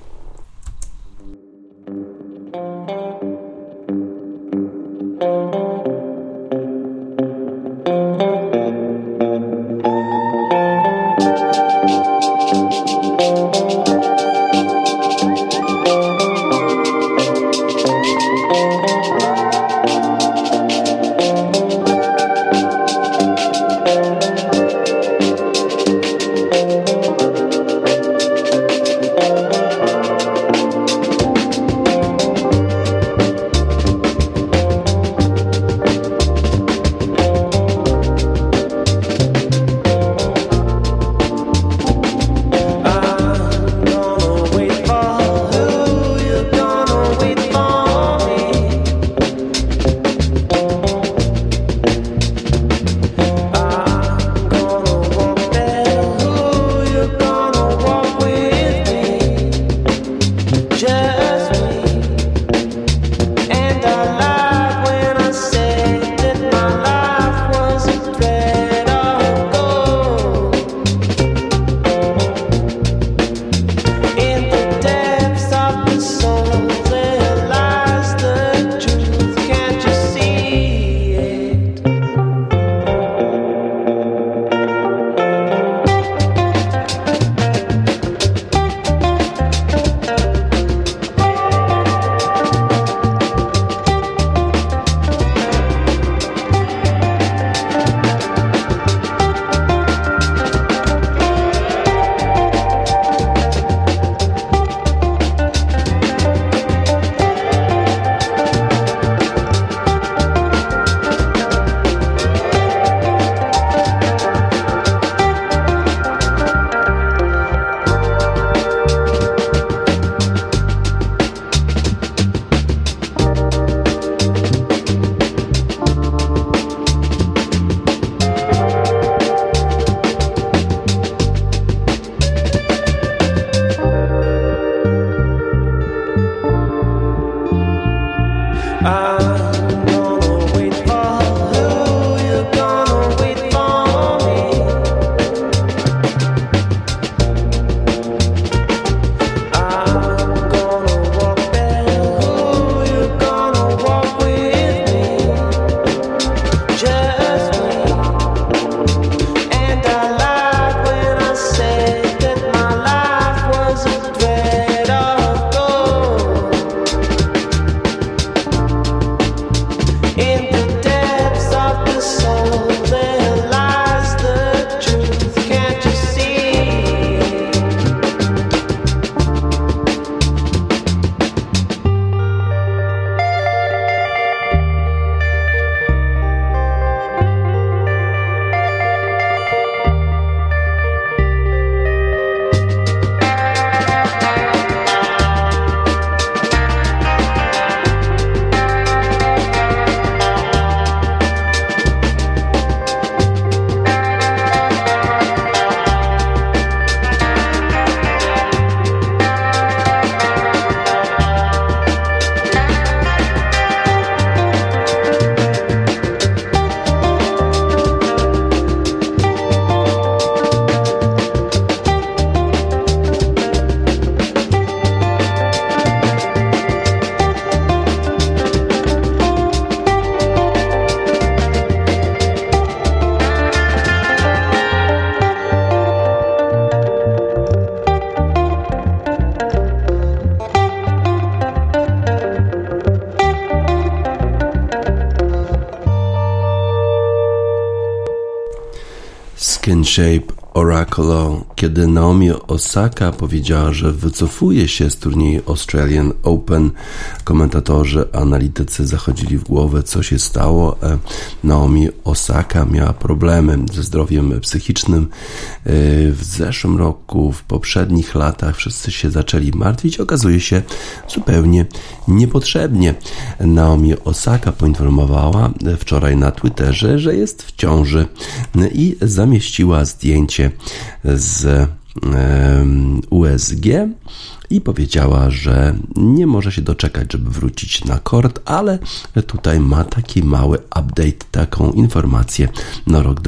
Skin Shape Oracle, kiedy Naomi Osaka powiedziała, że wycofuje się z turnieju Australian Open, komentatorzy, analitycy zachodzili w głowę, co się stało. Naomi Osaka miała problemy ze zdrowiem psychicznym. W zeszłym roku, w poprzednich latach wszyscy się zaczęli martwić. Okazuje się zupełnie niepotrzebnie. Naomi Osaka poinformowała wczoraj na Twitterze, że jest w ciąży i zamieściła zdjęcie z USG i powiedziała, że nie może się doczekać, żeby wrócić na kort, ale tutaj ma taki mały update, taką informację na rok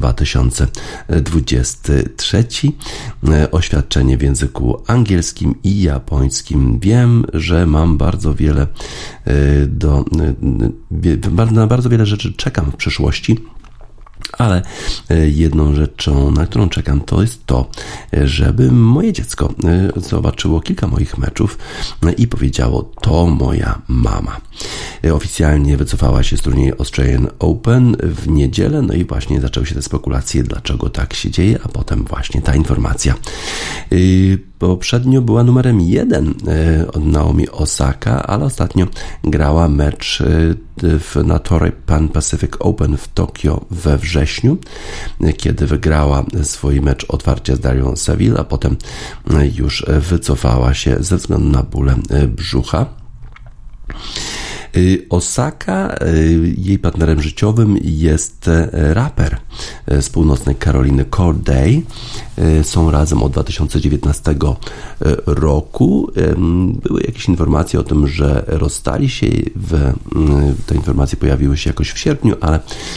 2023. Oświadczenie w języku angielskim i japońskim. Wiem, że mam na bardzo wiele rzeczy czekam w przyszłości. Ale jedną rzeczą, na którą czekam, to jest to, żeby moje dziecko zobaczyło kilka moich meczów i powiedziało: to moja mama. Oficjalnie wycofała się z turnieju Australian Open w niedzielę, no i właśnie zaczęły się te spekulacje, dlaczego tak się dzieje, a potem właśnie ta informacja. Poprzednio była numerem 1 od Naomi Osaka, ale ostatnio grała mecz na Toray Pan Pacific Open w Tokio we wrześniu, kiedy wygrała swój mecz otwarcia z Darią Saville, a potem już wycofała się ze względu na bóle brzucha. Osaka, jej partnerem życiowym jest raper z północnej Karoliny Corday. Są razem od 2019 roku. Były jakieś informacje o tym, że rozstali się. Te informacje pojawiły się jakoś w sierpniu, ale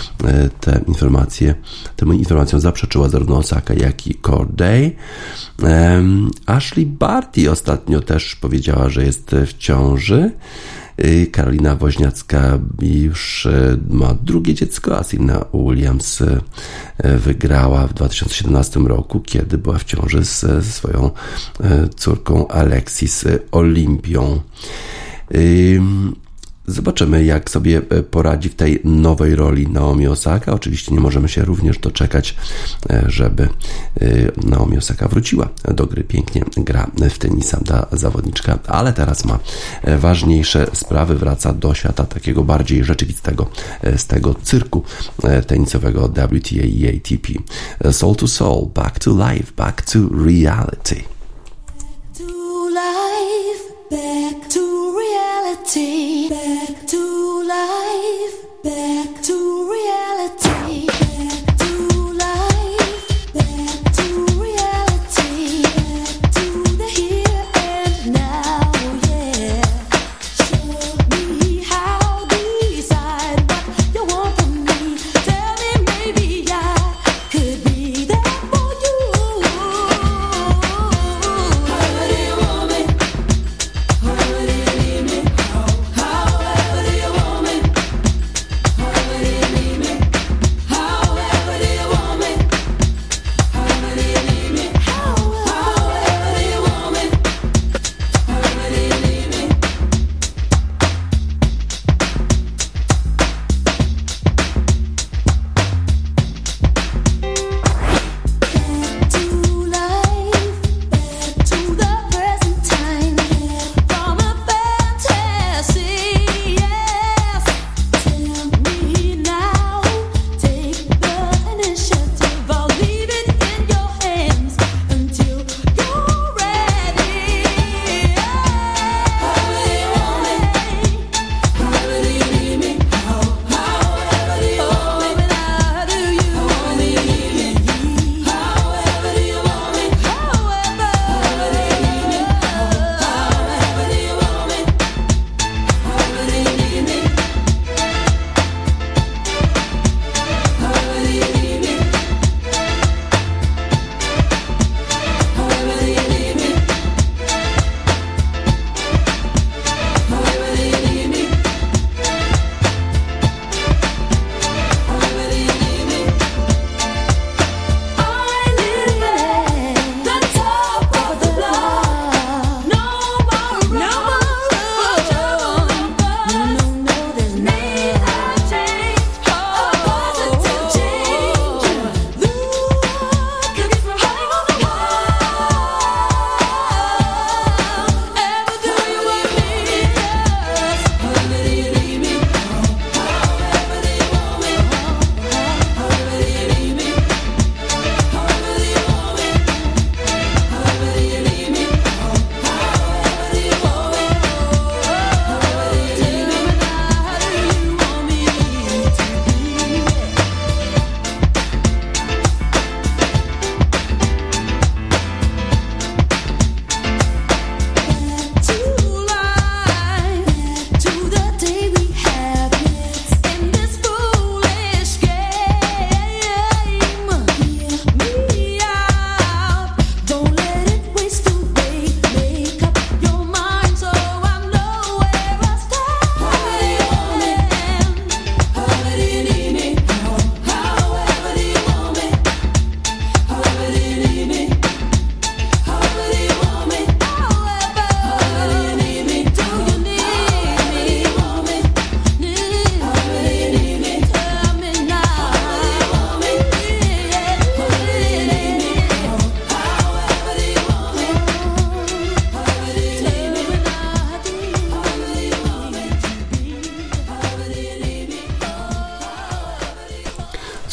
tym informacjom zaprzeczyła zarówno Osaka, jak i Corday. Ashley Barty ostatnio też powiedziała, że jest w ciąży. Karolina Woźniacka już ma drugie dziecko, a Serena Williams wygrała w 2017 roku, kiedy była w ciąży ze swoją córką Alexis Olimpią. Zobaczymy, jak sobie poradzi w tej nowej roli Naomi Osaka. Oczywiście nie możemy się również doczekać, żeby Naomi Osaka wróciła do gry. Pięknie gra w tenisa ta zawodniczka, ale teraz ma ważniejsze sprawy. Wraca do świata takiego bardziej rzeczywistego, z tego cyrku tenisowego WTA i ATP. Soul to soul, back to life, back to reality.
To life, back to reality, back to life, back to reality, back to life, back to reality, back to the here and now, yeah. Show me how, decide what you want from me. Tell me maybe I could be there for you.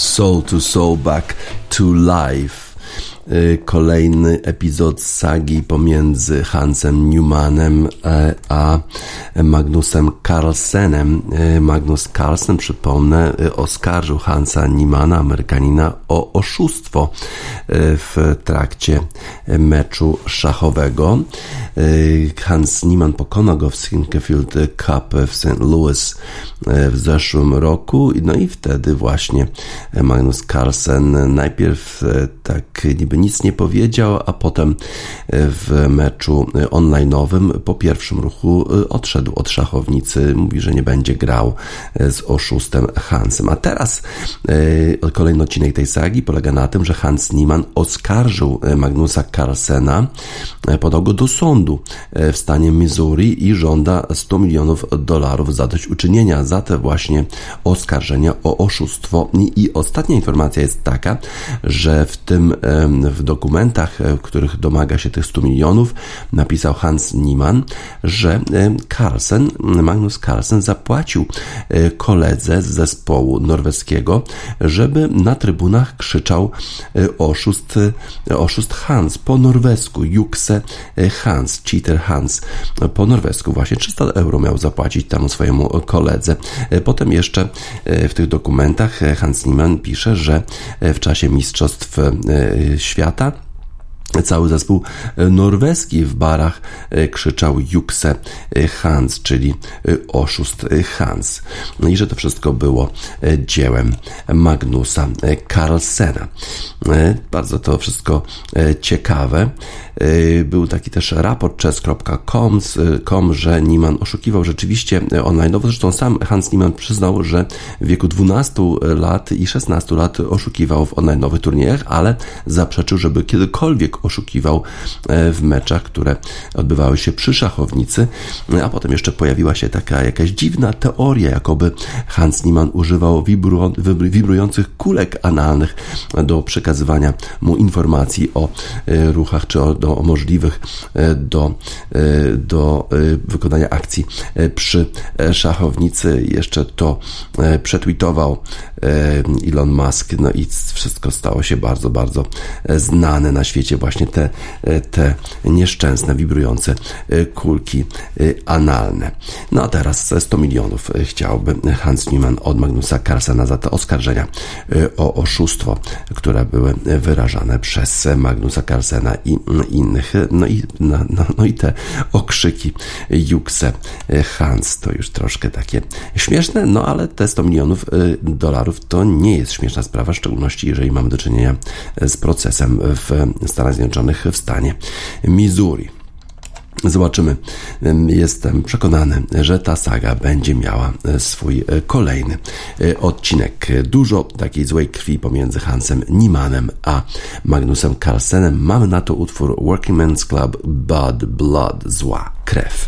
Soul to Soul Back to Life. Kolejny epizod sagi pomiędzy Hansem Newmanem a Magnusem Carlsenem. Magnus Carlsen, przypomnę, oskarżył Hansa Niemana, Amerykanina, o oszustwo w trakcie meczu szachowego. Hans Niemann pokonał go w Sinquefield Cup w St. Louis w zeszłym roku, no i wtedy właśnie Magnus Carlsen najpierw tak niby nic nie powiedział, a potem w meczu online'owym po pierwszym ruchu odszedł od szachownicy, mówi, że nie będzie grał z oszustem Hansem. A teraz kolejny odcinek tej sagi polega na tym, że Hans Niemann oskarżył Magnusa Carlsena, podał go do sądu w stanie Missouri i żąda $100 milionów zadośćuczynienia za te właśnie oskarżenia o oszustwo. I ostatnia informacja jest taka, że w dokumentach, w których domaga się tych 100 milionów, napisał Hans Niemann, że Magnus Carlsen zapłacił koledze z zespołu norweskiego, żeby na trybunach krzyczał oszust Hans po norwesku, Jukse Hans, cheater Hans po norwesku. Właśnie 300 euro miał zapłacić temu swojemu koledze. Potem jeszcze w tych dokumentach Hans Niemann pisze, że w czasie mistrzostw świata cały zespół norweski w barach krzyczał Jukse Hans, czyli oszust Hans. No i że to wszystko było dziełem Magnusa Carlsena. Bardzo to wszystko ciekawe. Był taki też raport chess.com, że Niemann oszukiwał rzeczywiście online'owo. Zresztą sam Hans Niemann przyznał, że w wieku 12 lat i 16 lat oszukiwał w online'owych turniejach, ale zaprzeczył, żeby kiedykolwiek oszukiwał w meczach, które odbywały się przy szachownicy. A potem jeszcze pojawiła się taka jakaś dziwna teoria, jakoby Hans Niemann używał wibrujących kulek analnych do przekazywania mu informacji o ruchach czy o możliwych do wykonania akcji przy szachownicy. Jeszcze to przetweetował Elon Musk, no i wszystko stało się bardzo, bardzo znane na świecie, właśnie te nieszczęsne, wibrujące kulki analne. No a teraz 100 milionów chciałby Hans Niemann od Magnusa Carlsena za te oskarżenia o oszustwo, które były wyrażane przez Magnusa Carlsena i innych. No i te okrzyki Jukse Hans to już troszkę takie śmieszne, no ale te 100 milionów dolarów to nie jest śmieszna sprawa, w szczególności jeżeli mamy do czynienia z procesem w Stanach Zjednoczonych w stanie Missouri. Zobaczymy. Jestem przekonany, że ta saga będzie miała swój kolejny odcinek. Dużo takiej złej krwi pomiędzy Hansem Niemannem a Magnusem Carlsenem. Mamy na to utwór Working Men's Club Bad Blood, zła krew.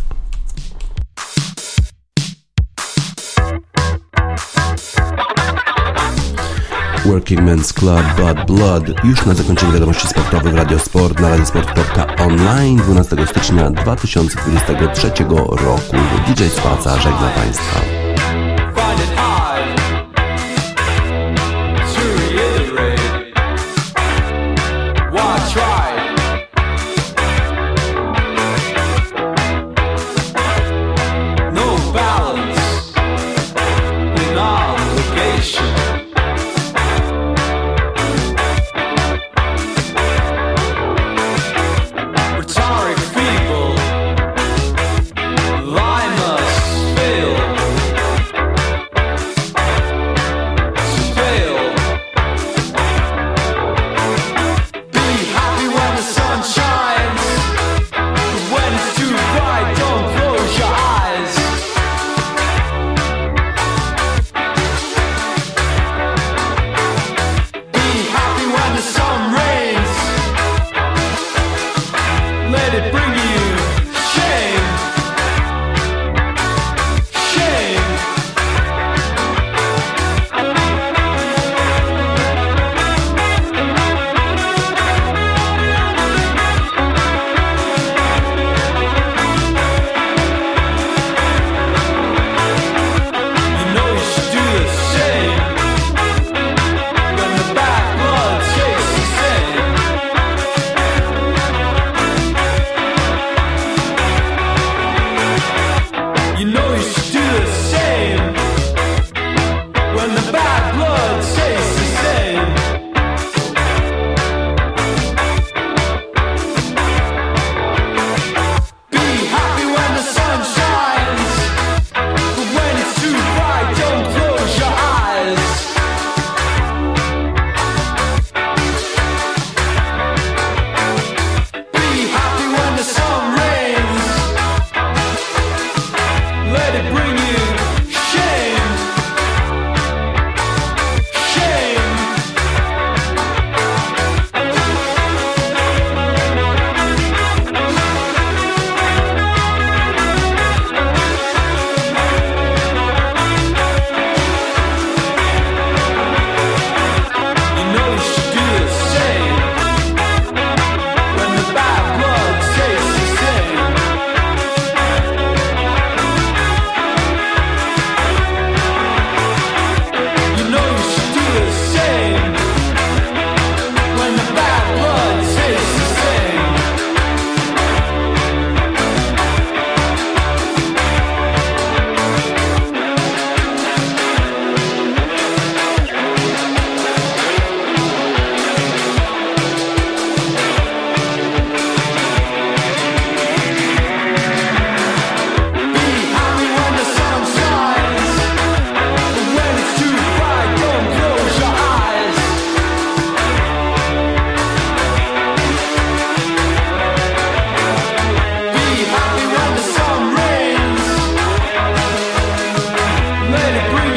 Working Men's Club Bad Blood. Już na zakończenie wiadomości sportowych Radio Sport na radiosport.online 12 stycznia 2023 roku. DJ Spaca żegna Państwa.
let it breathe.